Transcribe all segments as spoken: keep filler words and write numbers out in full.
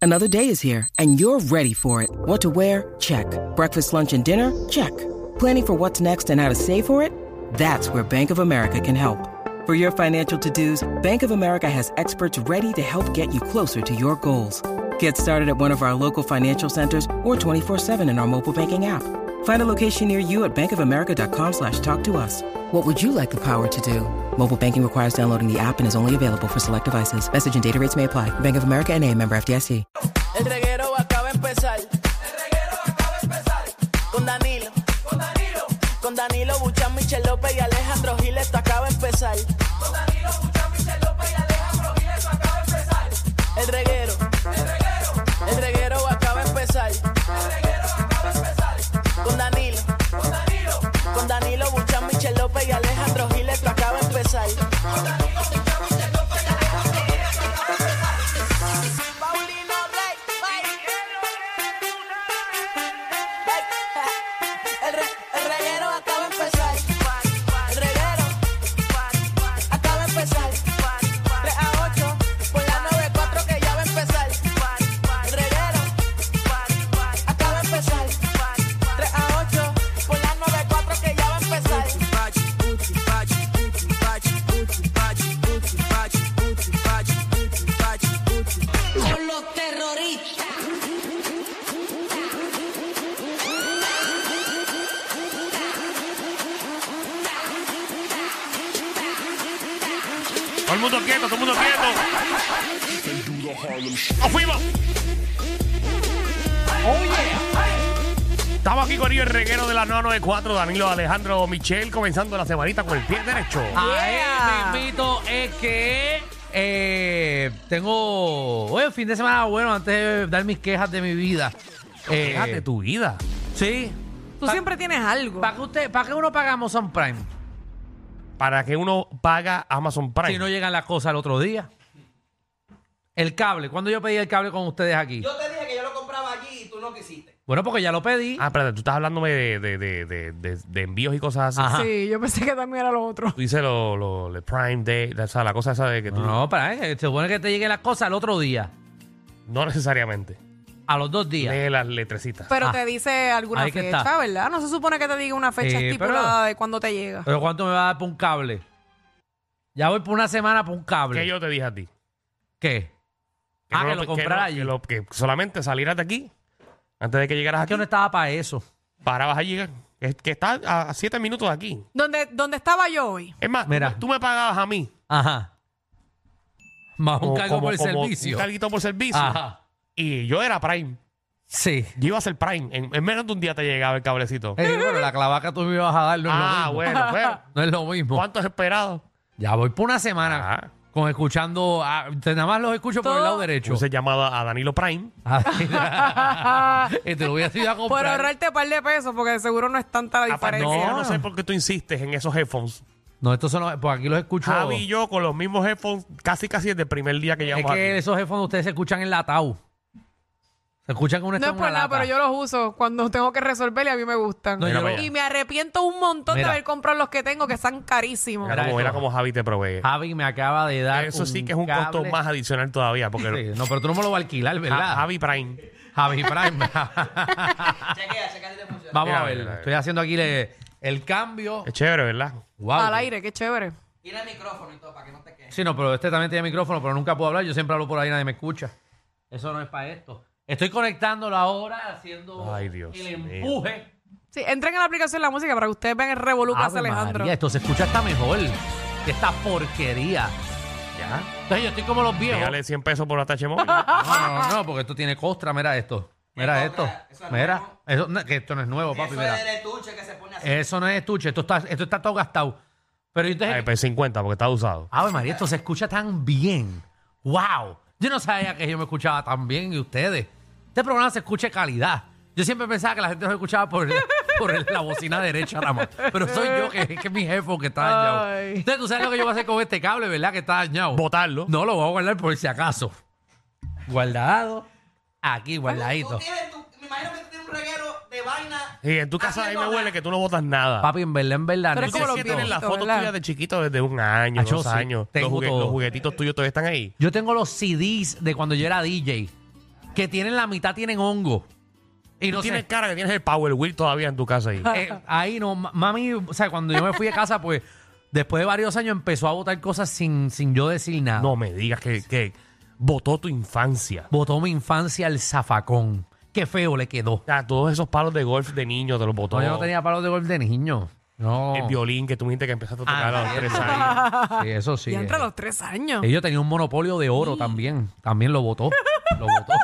Another day is here, and you're ready for it. What to wear? Check. Breakfast, lunch, and dinner? Check. Planning for what's next and how to save for it? That's where Bank of America can help. For your financial to-dos, Bank of America has experts ready to help get you closer to your goals. Get started at one of our local financial centers or twenty-four seven in our mobile banking app. Find a location near you at bankofamerica.com slash talk to us. What would you like the power to do? Mobile banking requires downloading the app and is only available for select devices. Message and data rates may apply. Bank of America N A, member F D I C. El reguero acaba de empezar. El reguero acaba de empezar. Con Danilo. Con Danilo. Con Danilo Buchan, Michel López y Alejandro Gil, esto acaba de empezar. Con Danilo Buchan, Michel López y Alejandro Gil, esto acaba de empezar. El reguero. El reguero. El reguero acaba de empezar. El reguero acaba de empezar. Con Danilo. Con Danilo. Con Danilo Buchan, Michel López y Alejandro Gil, esto acaba de empezar. Con Danilo Buchan, Michel López y Alejandro Gil, esto acaba de empezar. Paulino Rey, el, re, el reguero acaba de empezar. El reguero acaba de empezar. tres a ocho por la noventa y cuatro que ya va a empezar. El reguero acaba de empezar. tres a ocho por la noventa y cuatro que ya va a empezar. Con los terroristas. Todo el mundo quieto, todo el mundo quieto. ¡Nos fuimos! ¡Oh, yeah! Estamos aquí con el reguero de la nueva noventa y cuatro, Danilo, Alejandro, Michel, comenzando la semanita con el pie derecho. Ahí mismito es que eh, tengo hoy el fin de semana bueno antes de dar mis quejas de mi vida. Eh, Quejas de tu vida. Sí. Tú Pa- siempre tienes algo. ¿Para que usted, para que uno paga Amazon Prime? Para que uno paga Amazon Prime. Si no llegan las cosas el otro día. El cable. ¿Cuándo yo pedí el cable con ustedes aquí? Yo te dije que yo lo compraba allí y tú no quisiste. Bueno, porque ya lo pedí. Ah, espérate, tú estás hablándome de, de, de, de, de, de envíos y cosas así. Ajá. Sí, yo pensé que también era lo otro. Tú dices lo, lo, lo Prime Day, o sea, la cosa esa de que tú... No, no, para que se supone que te lleguen las cosas el otro día. No necesariamente. A los dos días. Lee las letrecitas. Pero Ah, te dice alguna ahí que fecha, está. ¿verdad? No se supone que te diga una fecha Sí, estipulada pero- de cuándo te llega. ¿Pero cuánto me va a dar por un cable? Ya voy por una semana por un cable. ¿Qué yo te dije a ti? ¿Qué? ah, no que lo comprara no- allí. Que, lo- que solamente salieras de aquí, antes de que llegaras Es aquí, que no estaba para eso. parabas allí, que, que está a siete minutos de aquí. ¿Dónde, ¿Dónde estaba yo hoy? Es más, Mira. tú, tú me pagabas a mí. Ajá. Más un como- cargo como- por el como servicio. Un carguito por servicio. Ajá. Y yo era Prime. Sí. Yo iba a ser Prime. En, en menos de un día te llegaba el cablecito. Eh, pero la clavaca tú me ibas a dar no es lo ah, mismo. bueno, pero No es lo mismo. ¿cuánto has esperado? Ya voy por una semana Ah. con escuchando. a- te- nada más los escucho por el Todo- lado derecho. Yo he llamado a Danilo Prime. y te lo voy a decir a Por comprar. ahorrarte un par de pesos, porque de seguro no es tanta la Aparte, diferencia. yo no sé por qué tú insistes en esos headphones. No, estos son los. Pues aquí los escucho. Javi y yo con los mismos headphones casi casi desde el primer día que es llegamos que aquí. esos headphones ustedes se escuchan enlatados. Se escuchan con una No es por nada, pero yo los uso cuando tengo que resolver y a mí me gustan. No, Mira yo para lo- allá. Y me arrepiento un montón Mira. de haber comprado los que tengo, que están carísimos. Mira cómo, Mira mira esto. cómo Javi te provee. Javi me acaba de dar. Eso sí que es un costo cable. más adicional todavía. Porque Sí, no, pero tú no me lo vas a alquilar, ¿verdad? Ja- Javi Prime. Javi Prime. Chequea, chequea si te funciona. Vamos Mira, a ver. mira, mira. Estoy haciendo aquí le- el cambio. Es chévere, ¿verdad? Wow. Al aire, qué chévere. Tiene el micrófono y todo para que no te quedes. Sí, no, pero este también tiene micrófono, pero nunca puedo hablar. Yo siempre hablo por ahí, nadie me escucha. Eso no es para esto. Estoy conectándolo ahora, haciendo Ay, Dios el mío. empuje. Sí, entren en la aplicación de la música para que ustedes vean el revolú que hace Ave Alejandro. María, esto se escucha hasta mejor que esta porquería. Ya. Entonces yo estoy como los viejos. Pégale cien pesos por atache móvil. No, no, no, no, porque esto tiene costra. Mira esto. Mira ¿Qué esto. costra? Eso es Mira. nuevo. Eso, no, que esto no es nuevo, papi. Eso Mira. es del estuche que se pone así. Eso no es estuche. Esto está, esto está todo gastado. Pero entonces. Ay, pues cincuenta porque está usado. Ave María, esto se escucha tan bien. ¡Wow! Yo no sabía que yo me escuchaba tan bien y ustedes. Este programa se escucha de calidad. Yo siempre pensaba que la gente no escuchaba por, el- por el- la bocina derecha nada más. Pero soy yo que, que es mi jefe que está dañado. Ay. Entonces, tú sabes lo que yo voy a hacer con este cable, ¿verdad? Que está dañado. Botarlo. No, lo voy a guardar por si acaso. Guardado. Aquí, guardadito. Tú tienes, tú, me imagino que tú tienes un reguero de vaina. Y en tu casa ahí me huele que tú no botas nada. Papi, en verdad, en verdad. Pero es como Dices los que tienes las viejitos, fotos ¿verdad? tuyas de chiquito desde un año, Ah, yo dos sí, años. Los, tengo jugue- todo. los juguetitos tuyos todavía están ahí. Yo tengo los C Ds de cuando yo era D J. que tienen la mitad tienen hongo. Y Tú no tienes sé, cara que tienes el Power Wheel todavía en tu casa ahí. eh, ahí no, ma- mami, o sea, cuando yo me fui de casa, pues después de varios años empezó a botar cosas sin, sin yo decir nada. No me digas que, que botó tu infancia. Botó mi infancia al zafacón. Qué feo le quedó. Ah, todos esos palos de golf de niño te los botó. No, yo no tenía palos de golf de niño. No. El violín que tú me dijiste que empezaste a tocar Ah, a los sí, tres eso años. Sí, eso sí. Y entre eh. los tres años. Ellos tenían un monopolio de oro también. También lo votó. Lo votó.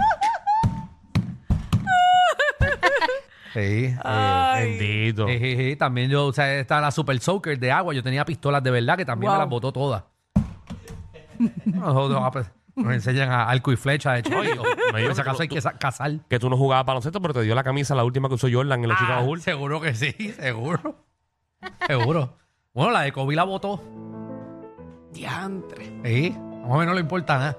Sí. eh, Ay. Bendito. sí, sí, sí. También yo, o sea, está la Super Soaker de agua. Yo tenía pistolas de verdad que también Wow. me las botó todas. Nosotros ah, pues, nos enseñan a arco y flecha de chico. me dijo En esa que casa tú- hay que sa- cazar. Que tú no jugabas baloncesto, pero te dio la camisa, la última que usó Jordan en los Ah, Chicago Bulls. seguro que sí, seguro. Seguro. Bueno, la de Kobe la votó. Diantre. Sí, más o menos no le importa nada.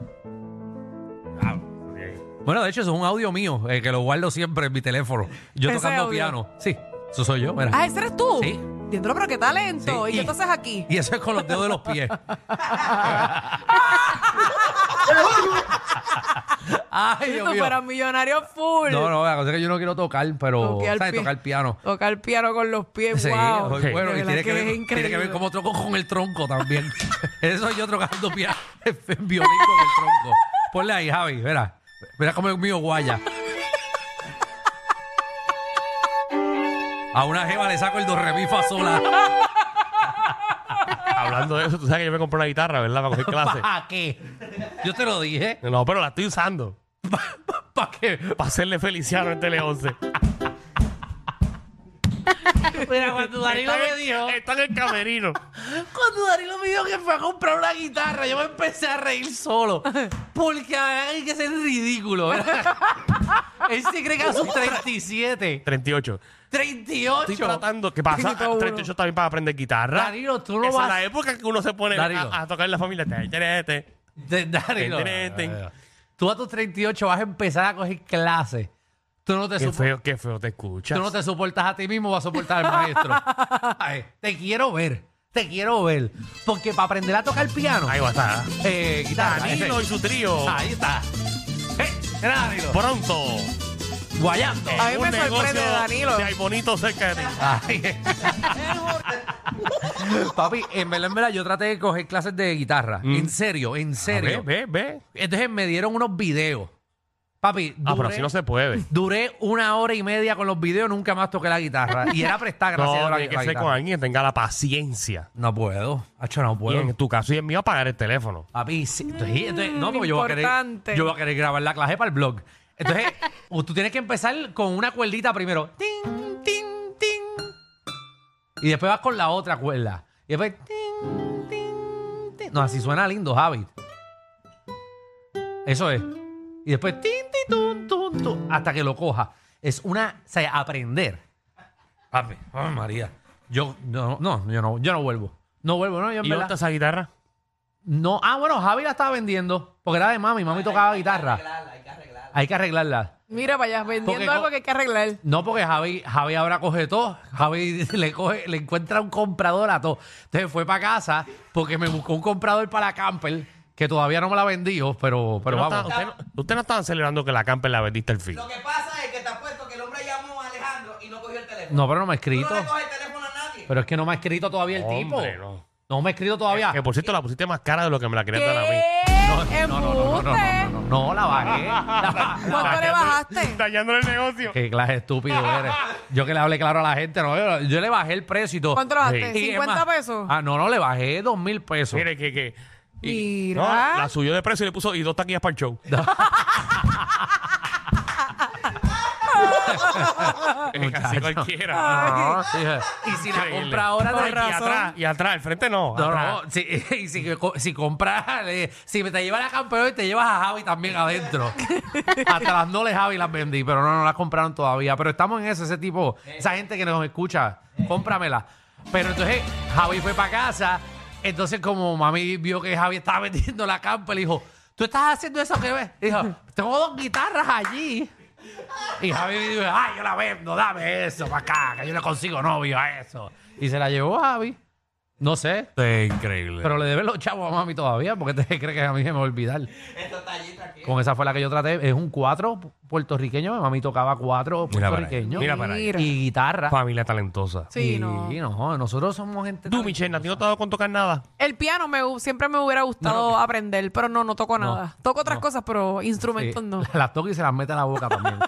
Bueno, de hecho, eso es un audio mío, eh, que lo guardo siempre en mi teléfono. Yo ¿Ese tocando audio? piano. Sí, eso soy yo, mira. Ah, ¿ese eres tú? Sí. Diandro, pero qué talento. Sí, ¿Y qué tú haces aquí? Y eso es con los dedos de los pies. Ay, Si Dios tú mío. fueras millonario full. No, no, la cosa es que yo no quiero tocar, pero Toquear ¿sabes? pie- Tocar piano. Tocar piano con los pies, Sí, wow. oye, bueno, De y verdad tiene que, que ver, es tiene que ver increíble. cómo toco con el tronco también. Eso yo tocando piano, violín con el tronco. Ponle ahí, Javi, mira. Mira cómo es mío guaya. A una jeva le saco el do re mi fa sola. Hablando de eso, tú sabes que yo me compré una guitarra, ¿verdad? Para coger clase. ¿Para qué? Yo te lo dije. No, pero la estoy usando. ¿Para qué? Para hacerle Feliciano en Tele once. Mira, cuando Danilo Está me en- dijo, Está en el camerino. cuando Danilo me dijo que fue a comprar una guitarra, yo me empecé a reír solo. Porque hay que ser ridículo. ¿Verdad? Él se cree que a sus treinta y siete, treinta y ocho. treinta y Estoy ocho. tratando. ¿Qué pasa? Treinta y uno. treinta y ocho también para aprender guitarra. Danilo, tú no Esa vas... es la época que uno se pone Danilo. a, a tocar en la familia. Te, te, te. De- Danilo. Ten, ten, ten. Tú a tus treinta y ocho vas a empezar a coger clases. Tú no te Qué supo- feo, qué feo te escuchas. Tú no te soportas a ti mismo, vas a soportar al maestro. Ay, te quiero ver, te quiero ver. Porque para aprender a tocar piano, Ahí va a estar. eh, guitarra, Danilo y ese. su trío. Ahí está. Eh, mira, Danilo. Pronto. Guayando. A mí Un me sorprende, negocio Danilo. de hay bonito cerca de ti. Ay. Papi, en verdad, en verdad, yo traté de coger clases de guitarra. En serio, en serio. Ve, ve, ve. Entonces me dieron unos videos. Papi, Ah, pero duré- así no se puede. Duré una hora y media con los videos, nunca más toqué la guitarra. Y era prestar, gracias a No, la, tiene que la ser con guitarra. alguien que tenga la paciencia. No puedo. Hacho, no Y puedo. en tu caso y en mío apagar el teléfono. Papi, sí, entonces, entonces, no, porque yo voy, a querer, Importante. yo voy a querer grabar la clase para el blog. Entonces, o tú tienes que empezar con una cuerdita primero. Ting, ting, ting. Y después vas con la otra cuerda. Y después. Ting, ting, ting. No, así suena lindo, Javi. Eso es. Y después. Tin, tin, tun, tun, tun, hasta que lo coja. Es una. O sea, aprender. Papi, ay, María. Yo no, no, yo no, yo no vuelvo. No vuelvo, no, yo en ¿Y verdad- dónde está esa guitarra? No, ah, bueno, Javi la estaba vendiendo porque era de mami. Mami tocaba guitarra. Hay que arreglarla. Mira para allá, vendiendo Porque algo co- que hay que arreglar. No, porque Javi, Javi ahora coge todo. Javi le coge, le encuentra un comprador a todo. Entonces fue para casa porque me buscó un comprador para la camper que todavía no me la vendió, pero, pero No vamos. está- usted, no, usted no estaban celebrando que la camper la vendiste al fin. Lo que pasa es que te apuesto que el hombre llamó a Alejandro y no cogió el teléfono. No, pero no me ha Tú escrito. no le coges el teléfono a nadie. Pero es que no me ha escrito todavía el tipo. Hombre, no. No me ha escrito todavía. Que por cierto la pusiste más cara de lo que me la querías dar a mí. ¿Qué? No, no, no, no, no, no, no, ¡Embuste! no, no, la bajé. La, la ¿Cuánto bajé. le bajaste? Dañándole el negocio. Qué clase estúpido eres. Yo que le hablé claro a la gente, no, yo, yo le bajé el precio y todo. ¿Cuánto le bajaste? Sí. Y es ¿cincuenta más- pesos? Ah, no, no, le bajé dos mil pesos. Mire que... que y- Mira. no, la subió de precio y le puso y dos taquillas para el show. Es casi Muchacho. cualquiera. No, sí, y si la Increíble. compra ahora, Con te- y razón. atrás, y atrás, el frente no. No, atrás. no, si, y si, si compras, eh, si te llevas la campeón y te llevas a Javi también adentro. Hasta las no le Javi las vendí, pero no, no las compraron todavía. Pero estamos en eso, ese tipo, esa gente que nos escucha, cómpramela. Pero entonces Javi fue para casa, entonces como mami vio que Javi estaba vendiendo la camper, le dijo, ¿tú estás haciendo eso que ves? Dijo, tengo dos guitarras allí. Y Javi dijo, ay, yo la vendo, dame eso para acá, que yo le consigo novio a eso. Y se la llevó Javi. No sé, Esto es increíble. pero le deben los chavos a mami todavía, porque te cree que a mí se me va a olvidar. Esta tallita aquí. Con esa fue la que yo traté. Es un cuatro puertorriqueño. Mi mami tocaba cuatro Mira para puertorriqueños. ahí, mira para ahí. Mira. Y guitarra. Familia talentosa. Sí, y, no. y no, nosotros somos gente. Tú, talentosa. Michelle, ¿a ti no te ha dado con tocar nada? El piano me, gu- siempre me hubiera gustado aprender, pero no, no toco nada. Toco otras cosas, pero Sí, instrumentos no. las toca y se las mete a la boca también.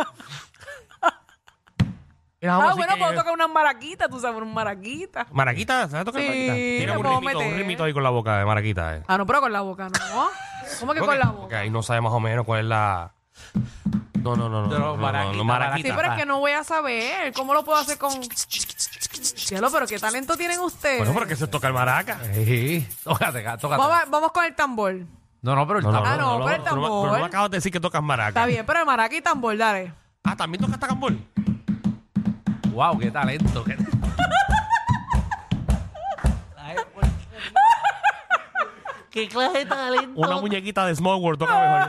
Mira, vamos Ah, así bueno, que- puedo tocar unas maraquitas, tú sabes, unas maraquitas. Maraquita, ¿sabes tocar Sí, maraquita? Tiene me un puedo ritmito, un meter. ritmito ahí con la boca de maraquita, eh. Ah, no, pero con la boca, ¿no? ¿Cómo que Ok, con la porque boca? ahí no sabe más o menos cuál es la... No, no, no, no. No, no, no, maraquita, no, Sí, maraquita. pero es que no voy a saber. ¿Cómo lo puedo hacer con...? Cielo, pero ¿qué talento tienen ustedes? Bueno, pero que se toca el maraca. Sí, tócate, tócate. vamos, a- vamos con el tambor. No, no, pero el No, no, tambor. Ah, no, no, pero el pero no- tambor. pero no me acabas de decir que tocas maraca. Está bien, pero el maraca y tambor, dale. Ah, ¿también tocas tambor? Wow, qué talento. qué- ¿Qué clase de talento? Una muñequita de Small World toca mejor.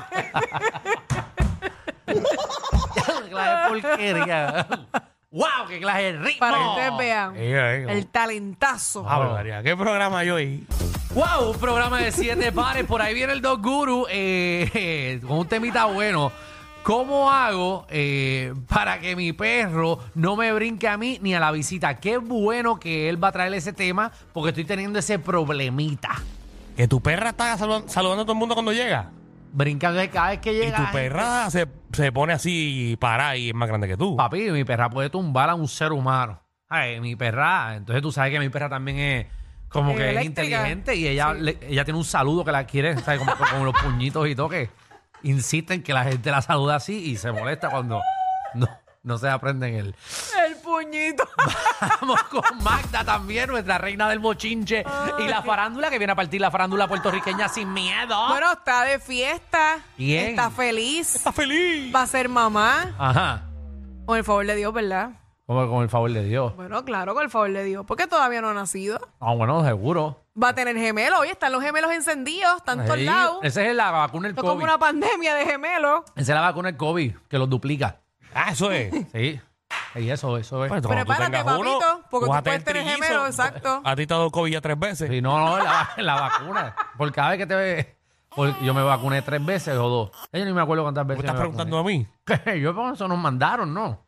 Qué clase de porquería. ¡Wow! ¡Qué clase de ritmo! Para que ustedes vean. Eh, eh, El talentazo. Ave María, ¿qué programa hay hoy? ¡Wow! Un programa de siete pares. Por ahí viene el Dog Guru eh, eh, con un temita bueno. ¿Cómo hago eh, para que mi perro no me brinque a mí ni a la visita? Qué bueno que él va a traer ese tema porque estoy teniendo ese problemita. Que tu perra está salu- saludando a todo el mundo cuando llega. Brincando de cada vez que Y llega. tu perra se, se pone así parada y es más grande que tú. Papi, mi perra puede tumbar a un ser humano. Ay, mi perra. Entonces tú sabes que mi perra también es como que es Eléctrica. inteligente y ella, le- ella tiene un saludo que la quiere, ¿sabes? Como, como los puñitos y todo que insisten que la gente la saluda así y se molesta cuando no, no se aprenden el. El puñito. Vamos con Magda también, nuestra reina del bochinche y la farándula que viene a partir la farándula puertorriqueña sin miedo. Bueno, está de fiesta. Bien. Está feliz. ¡Está feliz! Va a ser mamá. Ajá. Con el favor de Dios, ¿verdad? Como con el favor de Dios. Bueno, claro, con el favor de Dios. Porque todavía no ha nacido. Ah, bueno, seguro. Va a tener gemelos. Oye, están los gemelos encendidos. Están todos Sí, lados. esa es la vacuna del Esto es como COVID. una pandemia de gemelos. Esa es la vacuna del COVID, que los duplica. Ah, eso es. Sí. Y eso, eso es. Pues, cuando tú Prepárate, tengas uno, papito, porque tú vas a puedes tener trillizos. gemelos, exacto. A ti te ha dado COVID ya tres veces. Sí, no, no, la, la vacuna. Por cada vez que te ve, por- yo me vacuné tres veces o dos. Yo ni me acuerdo cuántas ¿Me veces. estás me preguntando a mí? vacuné. Yo por eso nos mandaron, ¿no?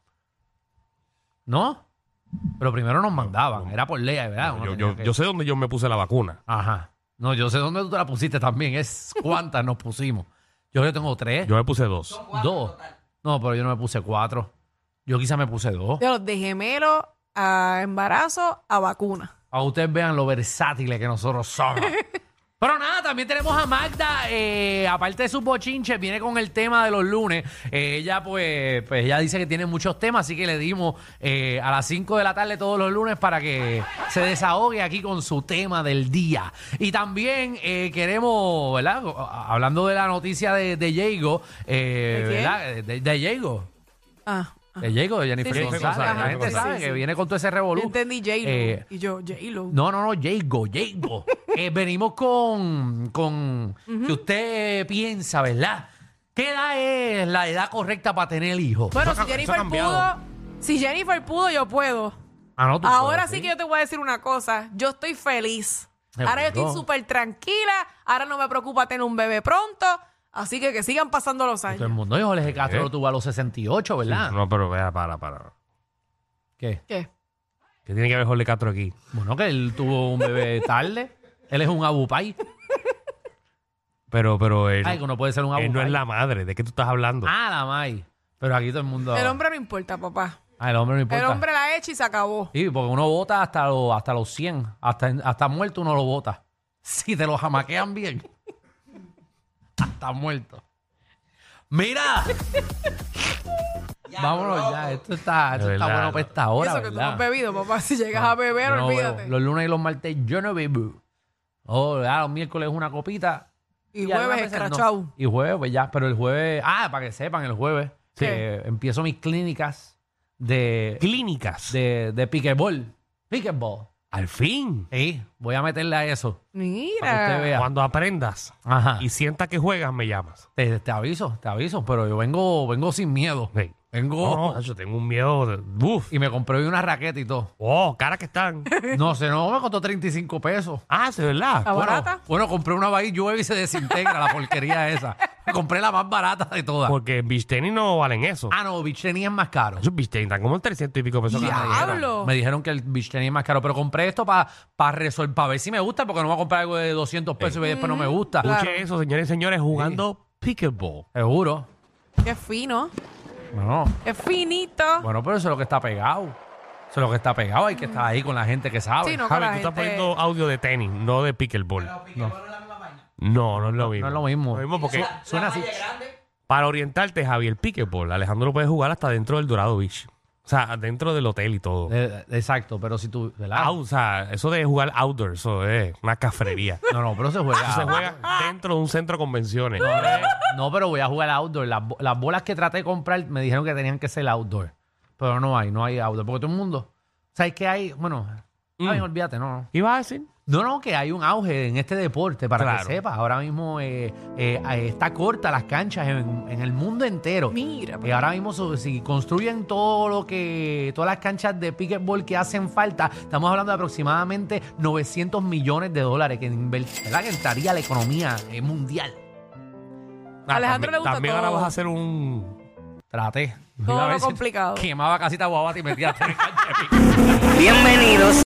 ¿No? Pero primero nos mandaban, era por ley, ¿verdad? Uno Yo, tenía yo, que- yo sé dónde yo me puse la vacuna. Ajá. No, yo sé dónde tú te la pusiste también. Es cuántas nos pusimos. Yo yo tengo tres, Yo me puse dos. dos. No, pero yo no me puse cuatro. Yo quizá me puse dos. De los de gemelos a embarazo a vacuna. Para que ustedes vean lo versátiles que nosotros somos. Pero nada, también tenemos a Magda, eh, aparte de sus bochinches, viene con el tema de los lunes. Eh, ella, pues, pues, ella dice que tiene muchos temas, así que le dimos eh, a las cinco de la tarde todos los lunes para que se desahogue aquí con su tema del día. Y también eh, queremos, ¿verdad? Hablando de la noticia de, de Jago, eh, ¿De quién? ¿verdad? De, de Jago. Ah. De Jago, de Jennifer Sí, sí, González. sí, sí, La sí, gente sí, sabe sí, que sí. viene con todo ese revolú. Yo entendí J-Lo. Eh, y yo, J-Lo. No, no, no, Jago, Jago. Eh, venimos con, con que usted piensa, ¿verdad? ¿Qué edad es la edad correcta para tener hijos? Bueno, Eso ha- si eso ha Jennifer cambiado. pudo, si Jennifer pudo, yo puedo. Ah, no, tú Ahora puedes, sí que yo te voy a decir una cosa. Yo estoy feliz. Seguro. Ahora yo estoy súper tranquila. Ahora no me preocupa tener un bebé pronto. Así que que sigan pasando los Todo el años. mundo. Y Jorge Castro ¿Eh? lo tuvo a los sesenta y ocho, ¿verdad? No, pero vea, para, para. ¿Qué? ¿Qué? ¿Qué tiene que ver Jorge Castro aquí? Bueno, que él tuvo un bebé tarde. Él es un abupay. Pero, pero él, Ay, que uno puede ser un abupay. él no es la madre. ¿De qué tú estás hablando? Ah, la may. Pero aquí todo el mundo... El hombre no importa, papá. Ah, el hombre no importa. El hombre la echa y se acabó. Sí, porque uno vota hasta, los hasta los cien. Hasta, hasta muerto uno lo vota. Si te lo jamaquean bien. Hasta muerto. ¡Mira! Vámonos ya. Esto está, esto De está verdad, bueno no. para esta hora, Eso que tú no ¿verdad? has bebido, papá. Si llegas a beber, Yo no olvídate. bebo. Los lunes y los martes yo no bebo. Oh, ya, los miércoles una copita. Y algunas jueves veces no. escrachado. Y jueves, pues ya. Pero el jueves... Ah, para que sepan, el jueves ¿Qué? eh, empiezo mis clínicas de, Clínicas. de, de pickleball. Pickleball. Al fin. Sí, voy a meterle a eso. Para que usted Mira. vea. Cuando aprendas Ajá. y sientas que juegas, me llamas. Te, te aviso, te aviso, pero yo vengo, vengo sin miedo. Sí. Vengo. No, no, yo tengo un miedo. De, uf. Y me compré una raqueta y todo. Oh, caras que están. No sé, no, me costó treinta y cinco pesos. Ah, ¿es verdad? ¿Está Bueno, barata? bueno, compré una bahía y llueve y se desintegra la porquería esa. Compré la más barata de todas. Porque beach tenis no valen eso. Ah, no, beach tenis es más caro. Esos beach tenis están como en trescientos y pico pesos cada día. ¡Diablo! Me dijeron que el beach tenis es más caro, pero compré esto para pa resolver, para ver si me gusta, porque no voy a comprar algo de doscientos pesos y después no me gusta. Claro. Escuche eso, señores y señores, jugando pickleball. Seguro. Qué fino. No. Qué finito. Bueno, pero eso es lo que está pegado. Eso es lo que está pegado. Hay que estar ahí con la gente que sabe. Sí, no, con Javi, la tú estás gente- poniendo audio de tenis, no de pickleball. No, no es lo mismo. No es lo mismo. No es lo mismo porque Suena así. para orientarte, Javi, el pickleball, Alejandro lo puede jugar hasta dentro del Dorado Beach. O sea, dentro del hotel y todo. Eh, exacto, pero si tú. ¿verdad? Out, o sea, eso de jugar outdoor, eso es una cafrería. No, no, pero se juega. Eso se juega dentro de un centro de convenciones. No, pero voy a jugar outdoor. Las, bo- las bolas que traté de comprar me dijeron que tenían que ser outdoor. Pero no hay, no hay outdoor. Porque todo el mundo. ¿Sabes qué hay? Bueno, Mm. ay, olvídate, no, no. ¿Ibas a decir? No, no, que hay un auge en este deporte, para Claro. que sepas. Ahora mismo eh, eh, eh, está corta las canchas en, en el mundo entero. Mira. Y ahora mismo, so- si construyen todo lo que, todas las canchas de pickleball que hacen falta, estamos hablando de aproximadamente novecientos millones de dólares que, inver- ¿verdad? que entraría a la economía eh, mundial. Ah, Alejandro también, le gusta también todo. ahora vas a hacer un... Traté. Todo Iba a lo ver si complicado. Quemaba casita guabata y metía tres canchas de pickleball. Bienvenidos